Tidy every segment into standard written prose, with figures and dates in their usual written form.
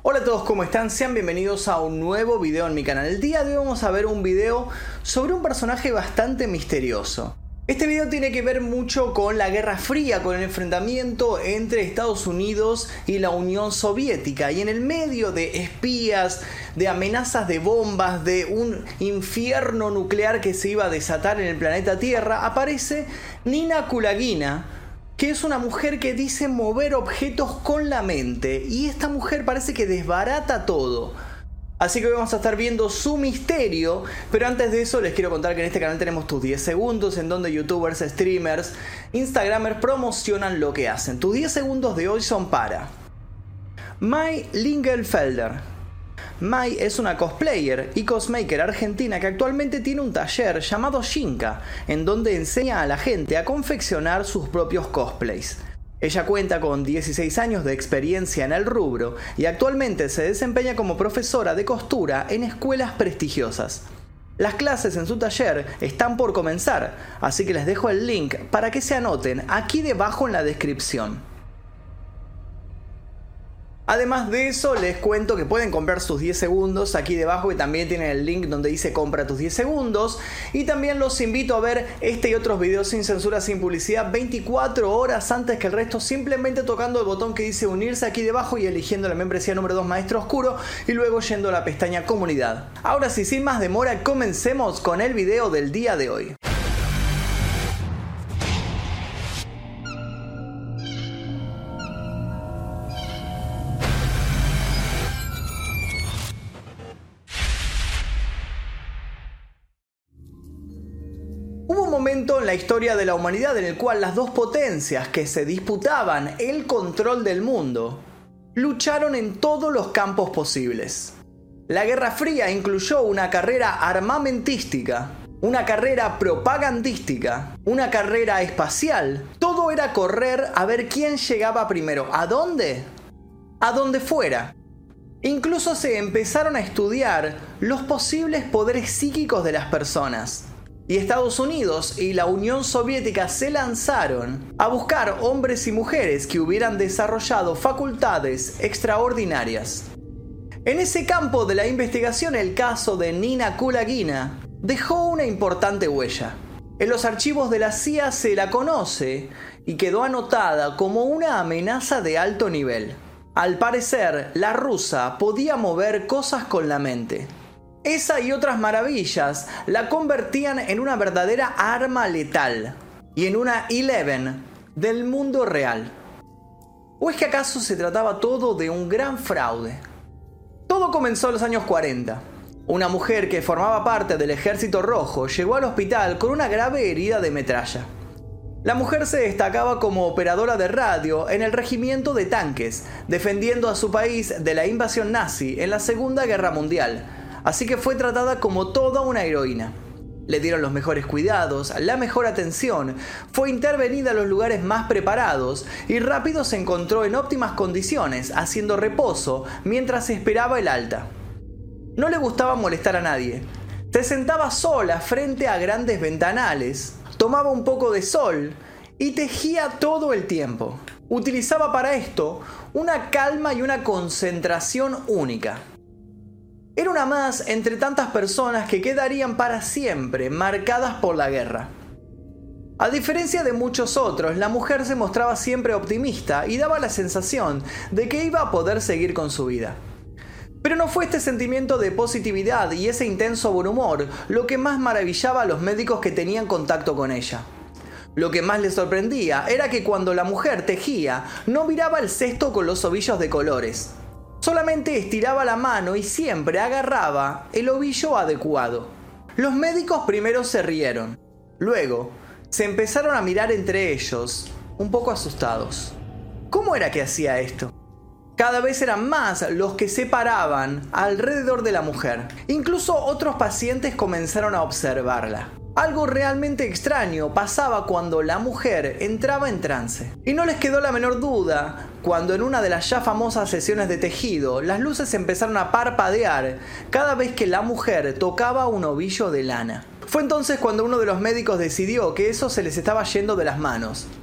Hola a todos, ¿cómo están? Sean bienvenidos a un nuevo video en mi canal. El día de hoy vamos a ver un video sobre un personaje bastante misterioso. Este video tiene que ver mucho con la Guerra Fría, con el enfrentamiento entre Estados Unidos y la Unión Soviética. Y en el medio de espías, de amenazas de bombas, de un infierno nuclear que se iba a desatar en el planeta Tierra, aparece Nina Kulagina, que es una mujer que dice mover objetos con la mente. Y esta mujer parece que desbarata todo. Así que hoy vamos a estar viendo su misterio, pero antes de eso les quiero contar que en este canal tenemos tus 10 segundos en donde youtubers, streamers, instagramers promocionan lo que hacen. Tus 10 segundos de hoy son para Mai Lingelfelder. Mai es una cosplayer y cosmaker argentina que actualmente tiene un taller llamado Shinka, en donde enseña a la gente a confeccionar sus propios cosplays. Ella cuenta con 16 años de experiencia en el rubro y actualmente se desempeña como profesora de costura en escuelas prestigiosas. Las clases en su taller están por comenzar, así que les dejo el link para que se anoten aquí debajo en la descripción. Además de eso, les cuento que pueden comprar sus 10 segundos aquí debajo y también tienen el link donde dice compra tus 10 segundos. Y también los invito a ver este y otros videos sin censura, sin publicidad, 24 horas antes que el resto, simplemente tocando el botón que dice unirse aquí debajo y eligiendo la membresía número 2 Maestro Oscuro y luego yendo a la pestaña comunidad. Ahora sí, sin más demora, comencemos con el video del día de hoy. Hubo un momento en la historia de la humanidad en el cual las dos potencias que se disputaban el control del mundo lucharon en todos los campos posibles. La Guerra Fría incluyó una carrera armamentística, una carrera propagandística, una carrera espacial. Todo era correr a ver quién llegaba primero. ¿A dónde? A donde fuera. Incluso se empezaron a estudiar los posibles poderes psíquicos de las personas. Y Estados Unidos y la Unión Soviética se lanzaron a buscar hombres y mujeres que hubieran desarrollado facultades extraordinarias. En ese campo de la investigación, el caso de Nina Kulagina dejó una importante huella. En los archivos de la CIA se la conoce y quedó anotada como una amenaza de alto nivel. Al parecer, la rusa podía mover cosas con la mente. Esa y otras maravillas la convertían en una verdadera arma letal y en una Eleven del mundo real. ¿O es que acaso se trataba todo de un gran fraude? Todo comenzó en los años 40. Una mujer que formaba parte del Ejército Rojo llegó al hospital con una grave herida de metralla. La mujer se destacaba como operadora de radio en el regimiento de tanques, defendiendo a su país de la invasión nazi en la Segunda Guerra Mundial. Así que fue tratada como toda una heroína. Le dieron los mejores cuidados, la mejor atención, fue intervenida en los lugares más preparados y rápido se encontró en óptimas condiciones, haciendo reposo mientras esperaba el alta. No le gustaba molestar a nadie. Se sentaba sola frente a grandes ventanales, tomaba un poco de sol y tejía todo el tiempo. Utilizaba para esto una calma y una concentración única. Era una más entre tantas personas que quedarían para siempre marcadas por la guerra. A diferencia de muchos otros, la mujer se mostraba siempre optimista y daba la sensación de que iba a poder seguir con su vida. Pero no fue este sentimiento de positividad y ese intenso buen humor lo que más maravillaba a los médicos que tenían contacto con ella. Lo que más les sorprendía era que cuando la mujer tejía, no miraba el cesto con los ovillos de colores. Solamente estiraba la mano y siempre agarraba el ovillo adecuado. Los médicos primero se rieron. Luego, se empezaron a mirar entre ellos, un poco asustados. ¿Cómo era que hacía esto? Cada vez eran más los que se paraban alrededor de la mujer. Incluso otros pacientes comenzaron a observarla. Algo realmente extraño pasaba cuando la mujer entraba en trance. Y no les quedó la menor duda cuando en una de las ya famosas sesiones de tejido, las luces empezaron a parpadear cada vez que la mujer tocaba un ovillo de lana. Fue entonces cuando uno de los médicos decidió que eso se les estaba yendo de las manos.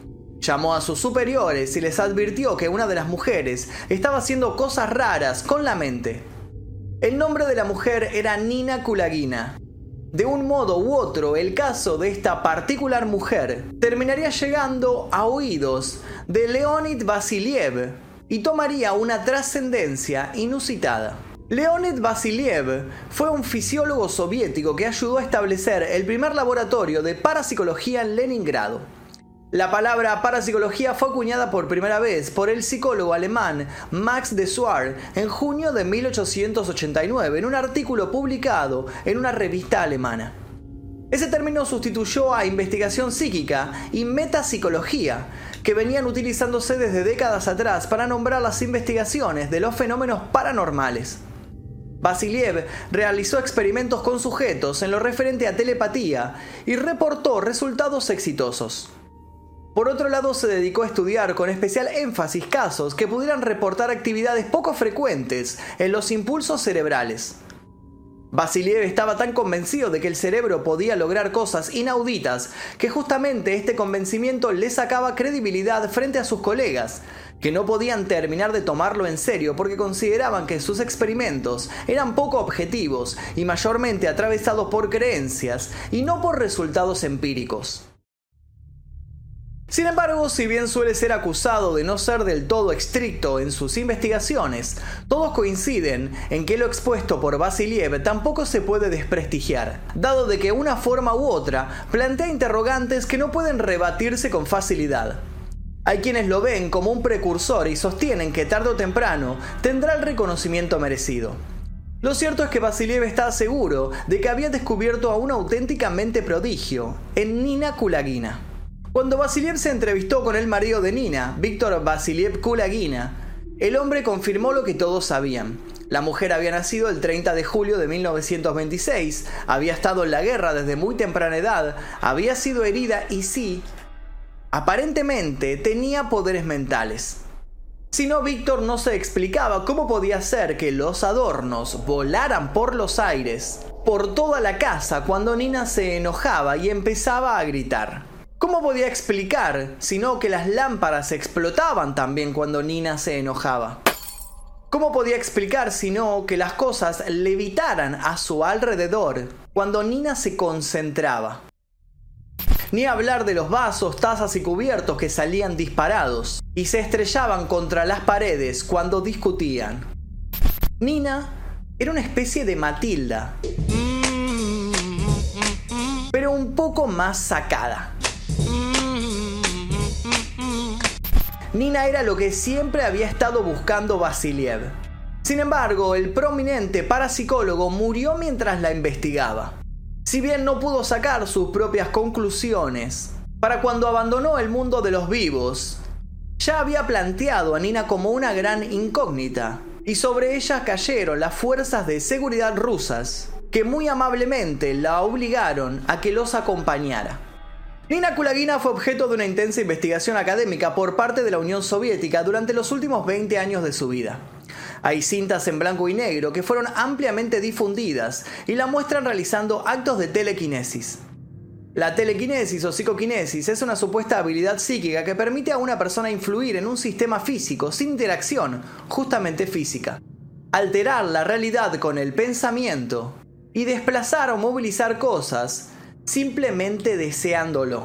Llamó a sus superiores y les advirtió que una de las mujeres estaba haciendo cosas raras con la mente. El nombre de la mujer era Nina Kulagina. De un modo u otro, el caso de esta particular mujer terminaría llegando a oídos de Leonid Vasiliev y tomaría una trascendencia inusitada. Leonid Vasiliev fue un fisiólogo soviético que ayudó a establecer el primer laboratorio de parapsicología en Leningrado. La palabra parapsicología fue acuñada por primera vez por el psicólogo alemán Max Dessoir en junio de 1889 en un artículo publicado en una revista alemana. Ese término sustituyó a investigación psíquica y metapsicología, que venían utilizándose desde décadas atrás para nombrar las investigaciones de los fenómenos paranormales. Vasiliev realizó experimentos con sujetos en lo referente a telepatía y reportó resultados exitosos. Por otro lado, se dedicó a estudiar con especial énfasis casos que pudieran reportar actividades poco frecuentes en los impulsos cerebrales. Vasiliev estaba tan convencido de que el cerebro podía lograr cosas inauditas que justamente este convencimiento le sacaba credibilidad frente a sus colegas, que no podían terminar de tomarlo en serio porque consideraban que sus experimentos eran poco objetivos y mayormente atravesados por creencias y no por resultados empíricos. Sin embargo, si bien suele ser acusado de no ser del todo estricto en sus investigaciones, todos coinciden en que lo expuesto por Vasiliev tampoco se puede desprestigiar, dado de que una forma u otra plantea interrogantes que no pueden rebatirse con facilidad. Hay quienes lo ven como un precursor y sostienen que tarde o temprano tendrá el reconocimiento merecido. Lo cierto es que Vasiliev está seguro de que había descubierto a una auténtica mente prodigio, en Nina Kulagina. Cuando Vasiliev se entrevistó con el marido de Nina, Víctor Vasiliev Kulagina, el hombre confirmó lo que todos sabían. La mujer había nacido el 30 de julio de 1926, había estado en la guerra desde muy temprana edad, había sido herida y sí, aparentemente tenía poderes mentales. Si no, Víctor no se explicaba cómo podía ser que los adornos volaran por los aires, por toda la casa cuando Nina se enojaba y empezaba a gritar. ¿Cómo podía explicar, sino que las lámparas explotaban también cuando Nina se enojaba? ¿Cómo podía explicar, sino que las cosas levitaran a su alrededor cuando Nina se concentraba? Ni hablar de los vasos, tazas y cubiertos que salían disparados y se estrellaban contra las paredes cuando discutían. Nina era una especie de Matilda, pero un poco más sacada. Nina era lo que siempre había estado buscando Vasiliev. Sin embargo, el prominente parapsicólogo murió mientras la investigaba. Si bien no pudo sacar sus propias conclusiones, para cuando abandonó el mundo de los vivos, ya había planteado a Nina como una gran incógnita, y sobre ella cayeron las fuerzas de seguridad rusas, que muy amablemente la obligaron a que los acompañara. Nina Kulagina fue objeto de una intensa investigación académica por parte de la Unión Soviética durante los últimos 20 años de su vida. Hay cintas en blanco y negro que fueron ampliamente difundidas y la muestran realizando actos de telequinesis. La telequinesis o psicoquinesis es una supuesta habilidad psíquica que permite a una persona influir en un sistema físico sin interacción, justamente física, alterar la realidad con el pensamiento y desplazar o movilizar cosas simplemente deseándolo.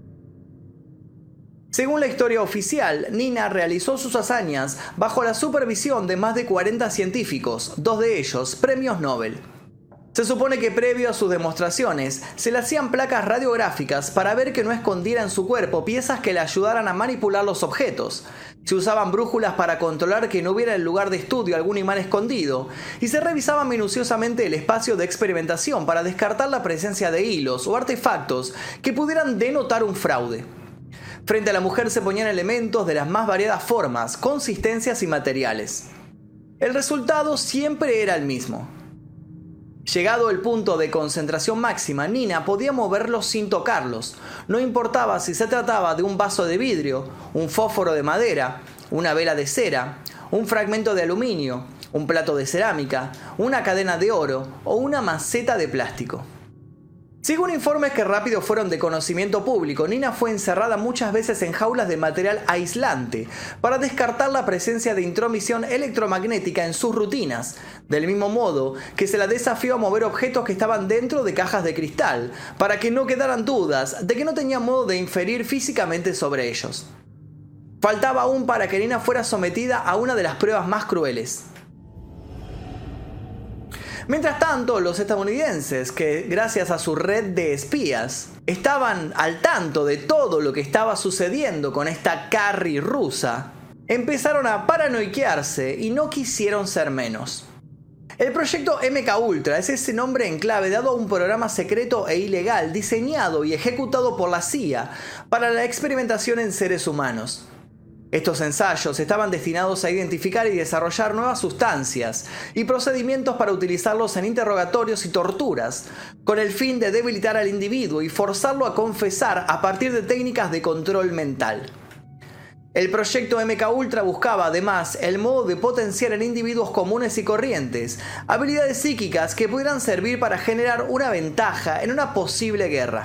Según la historia oficial, Nina realizó sus hazañas bajo la supervisión de más de 40 científicos, 2 de ellos premios Nobel. Se supone que previo a sus demostraciones se le hacían placas radiográficas para ver que no escondiera en su cuerpo piezas que le ayudaran a manipular los objetos. Se usaban brújulas para controlar que no hubiera en el lugar de estudio algún imán escondido, y se revisaba minuciosamente el espacio de experimentación para descartar la presencia de hilos o artefactos que pudieran denotar un fraude. Frente a la mujer se ponían elementos de las más variadas formas, consistencias y materiales. El resultado siempre era el mismo. Llegado el punto de concentración máxima, Nina podía moverlos sin tocarlos. No importaba si se trataba de un vaso de vidrio, un fósforo de madera, una vela de cera, un fragmento de aluminio, un plato de cerámica, una cadena de oro o una maceta de plástico. Según informes que rápido fueron de conocimiento público, Nina fue encerrada muchas veces en jaulas de material aislante para descartar la presencia de intromisión electromagnética en sus rutinas, del mismo modo que se la desafió a mover objetos que estaban dentro de cajas de cristal, para que no quedaran dudas de que no tenía modo de inferir físicamente sobre ellos. Faltaba aún para que Nina fuera sometida a una de las pruebas más crueles. Mientras tanto, los estadounidenses, que gracias a su red de espías estaban al tanto de todo lo que estaba sucediendo con esta Carrie rusa, empezaron a paranoiquearse y no quisieron ser menos. El proyecto MK Ultra es ese nombre en clave dado a un programa secreto e ilegal diseñado y ejecutado por la CIA para la experimentación en seres humanos. Estos ensayos estaban destinados a identificar y desarrollar nuevas sustancias y procedimientos para utilizarlos en interrogatorios y torturas, con el fin de debilitar al individuo y forzarlo a confesar a partir de técnicas de control mental. El proyecto MK Ultra buscaba además el modo de potenciar en individuos comunes y corrientes habilidades psíquicas que pudieran servir para generar una ventaja en una posible guerra.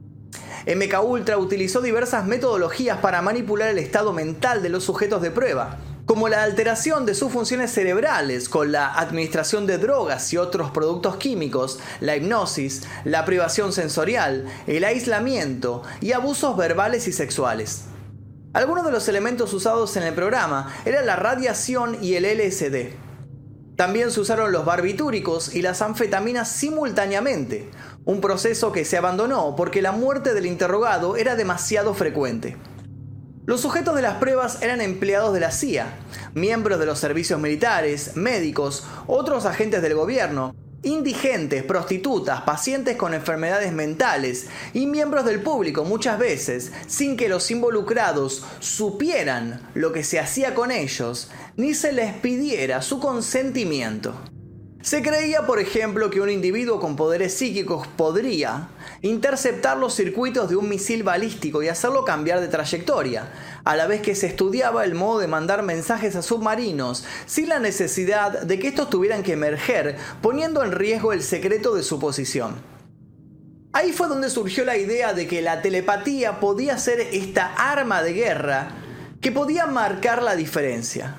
MK Ultra utilizó diversas metodologías para manipular el estado mental de los sujetos de prueba, como la alteración de sus funciones cerebrales con la administración de drogas y otros productos químicos, la hipnosis, la privación sensorial, el aislamiento y abusos verbales y sexuales. Algunos de los elementos usados en el programa eran la radiación y el LSD. También se usaron los barbitúricos y las anfetaminas simultáneamente, un proceso que se abandonó porque la muerte del interrogado era demasiado frecuente. Los sujetos de las pruebas eran empleados de la CIA, miembros de los servicios militares, médicos, otros agentes del gobierno, indigentes, prostitutas, pacientes con enfermedades mentales y miembros del público, muchas veces sin que los involucrados supieran lo que se hacía con ellos ni se les pidiera su consentimiento. Se creía, por ejemplo, que un individuo con poderes psíquicos podría interceptar los circuitos de un misil balístico y hacerlo cambiar de trayectoria, a la vez que se estudiaba el modo de mandar mensajes a submarinos sin la necesidad de que estos tuvieran que emerger, poniendo en riesgo el secreto de su posición. Ahí fue donde surgió la idea de que la telepatía podía ser esta arma de guerra que podía marcar la diferencia.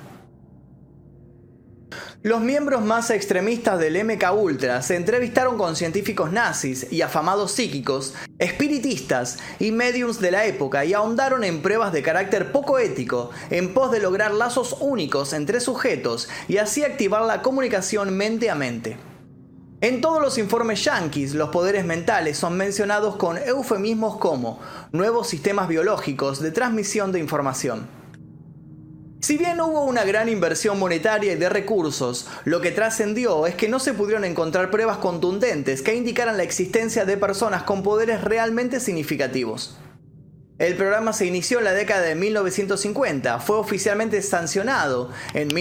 Los miembros más extremistas del MK Ultra se entrevistaron con científicos nazis y afamados psíquicos, espiritistas y médiums de la época y ahondaron en pruebas de carácter poco ético en pos de lograr lazos únicos entre sujetos y así activar la comunicación mente a mente. En todos los informes yanquis, los poderes mentales son mencionados con eufemismos como nuevos sistemas biológicos de transmisión de información. Si bien hubo una gran inversión monetaria y de recursos, lo que trascendió es que no se pudieron encontrar pruebas contundentes que indicaran la existencia de personas con poderes realmente significativos. El programa se inició en la década de 1950, fue oficialmente sancionado en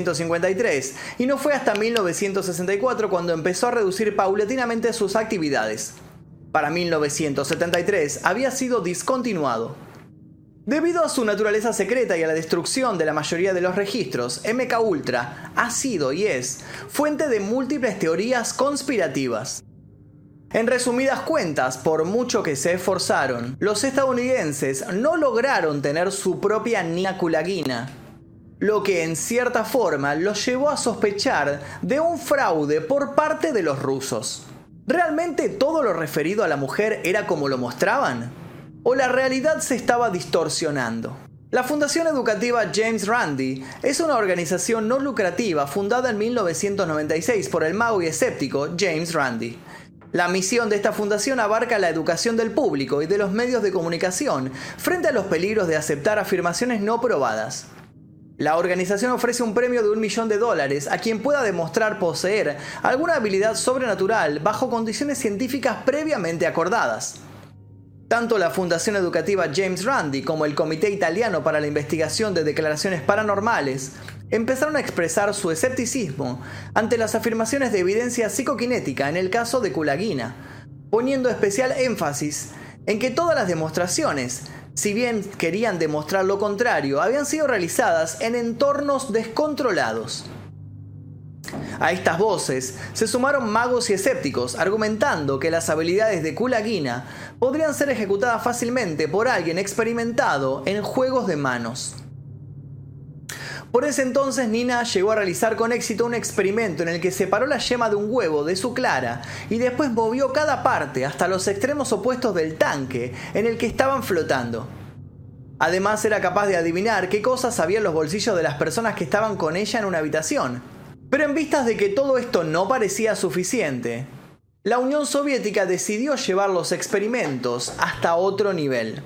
1953 y no fue hasta 1964 cuando empezó a reducir paulatinamente sus actividades. Para 1973 había sido discontinuado. Debido a su naturaleza secreta y a la destrucción de la mayoría de los registros, MK Ultra ha sido y es fuente de múltiples teorías conspirativas. En resumidas cuentas, por mucho que se esforzaron, los estadounidenses no lograron tener su propia Nina Kulagina, lo que en cierta forma los llevó a sospechar de un fraude por parte de los rusos. ¿Realmente todo lo referido a la mujer era como lo mostraban? ¿O la realidad se estaba distorsionando? La Fundación Educativa James Randi es una organización no lucrativa fundada en 1996 por el mago y escéptico James Randi. La misión de esta fundación abarca la educación del público y de los medios de comunicación frente a los peligros de aceptar afirmaciones no probadas. La organización ofrece un premio de $1 millón a quien pueda demostrar poseer alguna habilidad sobrenatural bajo condiciones científicas previamente acordadas. Tanto la Fundación Educativa James Randi como el Comité Italiano para la Investigación de Declaraciones Paranormales empezaron a expresar su escepticismo ante las afirmaciones de evidencia psicoquinética en el caso de Kulagina, poniendo especial énfasis en que todas las demostraciones, si bien querían demostrar lo contrario, habían sido realizadas en entornos descontrolados. A estas voces se sumaron magos y escépticos, argumentando que las habilidades de Kulagina podrían ser ejecutadas fácilmente por alguien experimentado en juegos de manos. Por ese entonces Nina llegó a realizar con éxito un experimento en el que separó la yema de un huevo de su clara y después movió cada parte hasta los extremos opuestos del tanque en el que estaban flotando. Además era capaz de adivinar qué cosas había en los bolsillos de las personas que estaban con ella en una habitación. Pero en vistas de que todo esto no parecía suficiente, la Unión Soviética decidió llevar los experimentos hasta otro nivel.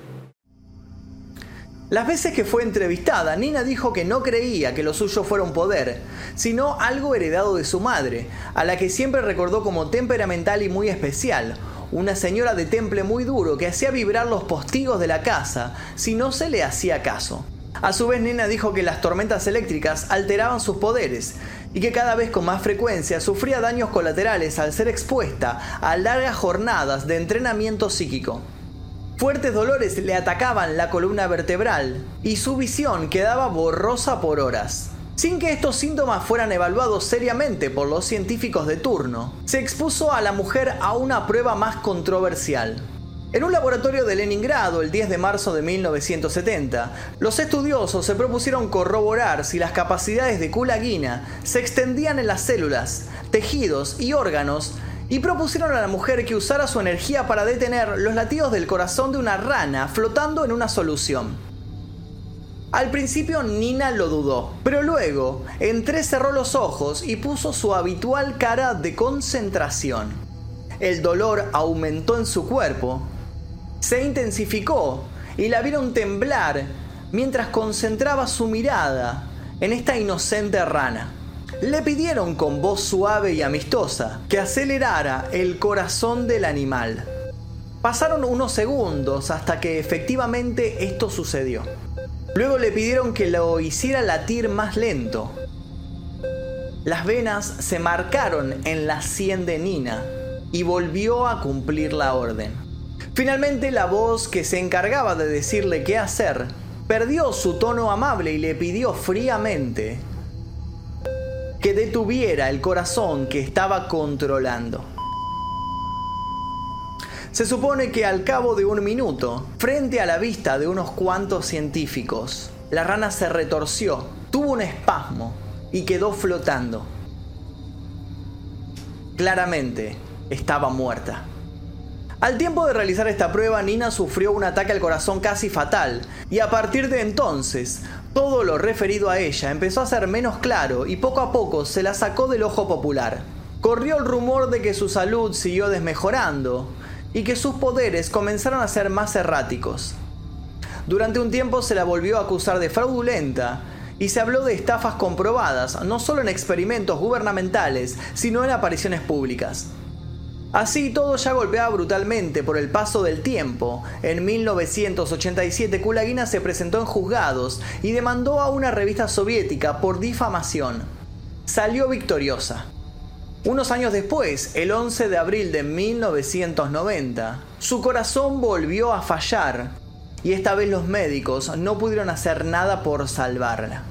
Las veces que fue entrevistada, Nina dijo que no creía que lo suyo fuera un poder, sino algo heredado de su madre, a la que siempre recordó como temperamental y muy especial, una señora de temple muy duro que hacía vibrar los postigos de la casa si no se le hacía caso. A su vez, Nina dijo que las tormentas eléctricas alteraban sus poderes y que cada vez con más frecuencia sufría daños colaterales al ser expuesta a largas jornadas de entrenamiento psíquico. Fuertes dolores le atacaban la columna vertebral y su visión quedaba borrosa por horas. Sin que estos síntomas fueran evaluados seriamente por los científicos de turno, se expuso a la mujer a una prueba más controversial. En un laboratorio de Leningrado el 10 de marzo de 1970, los estudiosos se propusieron corroborar si las capacidades de Kulagina se extendían en las células, tejidos y órganos y propusieron a la mujer que usara su energía para detener los latidos del corazón de una rana flotando en una solución. Al principio Nina lo dudó, pero luego entrecerró los ojos y puso su habitual cara de concentración. El dolor aumentó en su cuerpo, se intensificó y la vieron temblar mientras concentraba su mirada en esta inocente rana. Le pidieron con voz suave y amistosa que acelerara el corazón del animal. Pasaron unos segundos hasta que efectivamente esto sucedió. Luego le pidieron que lo hiciera latir más lento. Las venas se marcaron en la sien de Nina y volvió a cumplir la orden. Finalmente la voz que se encargaba de decirle qué hacer perdió su tono amable y le pidió fríamente que detuviera el corazón que estaba controlando. Se supone que al cabo de un minuto, frente a la vista de unos cuantos científicos, la rana se retorció, tuvo un espasmo y quedó flotando. Claramente, estaba muerta. Al tiempo de realizar esta prueba, Nina sufrió un ataque al corazón casi fatal, y a partir de entonces, todo lo referido a ella empezó a ser menos claro y poco a poco se la sacó del ojo popular. Corrió el rumor de que su salud siguió desmejorando y que sus poderes comenzaron a ser más erráticos. Durante un tiempo se la volvió a acusar de fraudulenta y se habló de estafas comprobadas, no solo en experimentos gubernamentales, sino en apariciones públicas. Así todo ya golpeaba brutalmente por el paso del tiempo. En 1987 Kulagina se presentó en juzgados y demandó a una revista soviética por difamación. Salió victoriosa. Unos años después, el 11 de abril de 1990, su corazón volvió a fallar y esta vez los médicos no pudieron hacer nada por salvarla.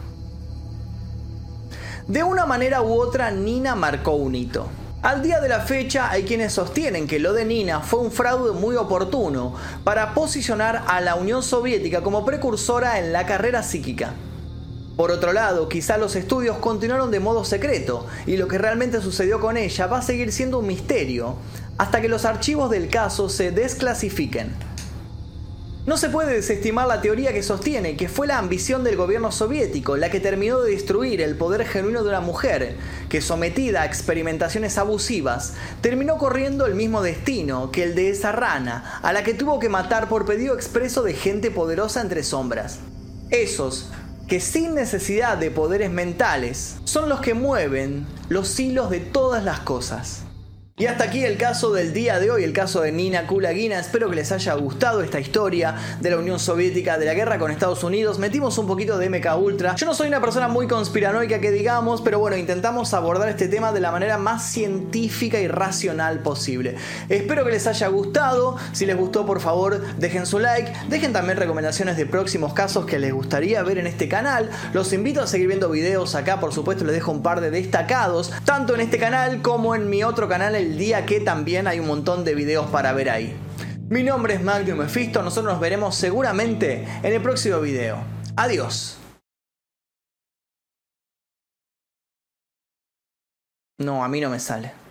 De una manera u otra, Nina marcó un hito. Al día de la fecha hay quienes sostienen que lo de Nina fue un fraude muy oportuno para posicionar a la Unión Soviética como precursora en la carrera psíquica. Por otro lado, quizá los estudios continuaron de modo secreto y lo que realmente sucedió con ella va a seguir siendo un misterio hasta que los archivos del caso se desclasifiquen. No se puede desestimar la teoría que sostiene que fue la ambición del gobierno soviético la que terminó de destruir el poder genuino de una mujer que, sometida a experimentaciones abusivas, terminó corriendo el mismo destino que el de esa rana a la que tuvo que matar por pedido expreso de gente poderosa entre sombras. Esos que sin necesidad de poderes mentales son los que mueven los hilos de todas las cosas. Y hasta aquí el caso del día de hoy, el caso de Nina Kulagina. Espero que les haya gustado esta historia de la Unión Soviética, de la guerra con Estados Unidos. Metimos un poquito de MK Ultra. Yo no soy una persona muy conspiranoica que digamos, pero bueno, intentamos abordar este tema de la manera más científica y racional posible. Espero que les haya gustado. Si les gustó, por favor, dejen su like. Dejen también recomendaciones de próximos casos que les gustaría ver en este canal. Los invito a seguir viendo videos acá, por supuesto les dejo un par de destacados, tanto en este canal como en mi otro canal, El Día Que, también hay un montón de videos para ver ahí. Mi nombre es Magnum Mephisto, nosotros nos veremos seguramente en el próximo video. Adiós. No, a mí no me sale.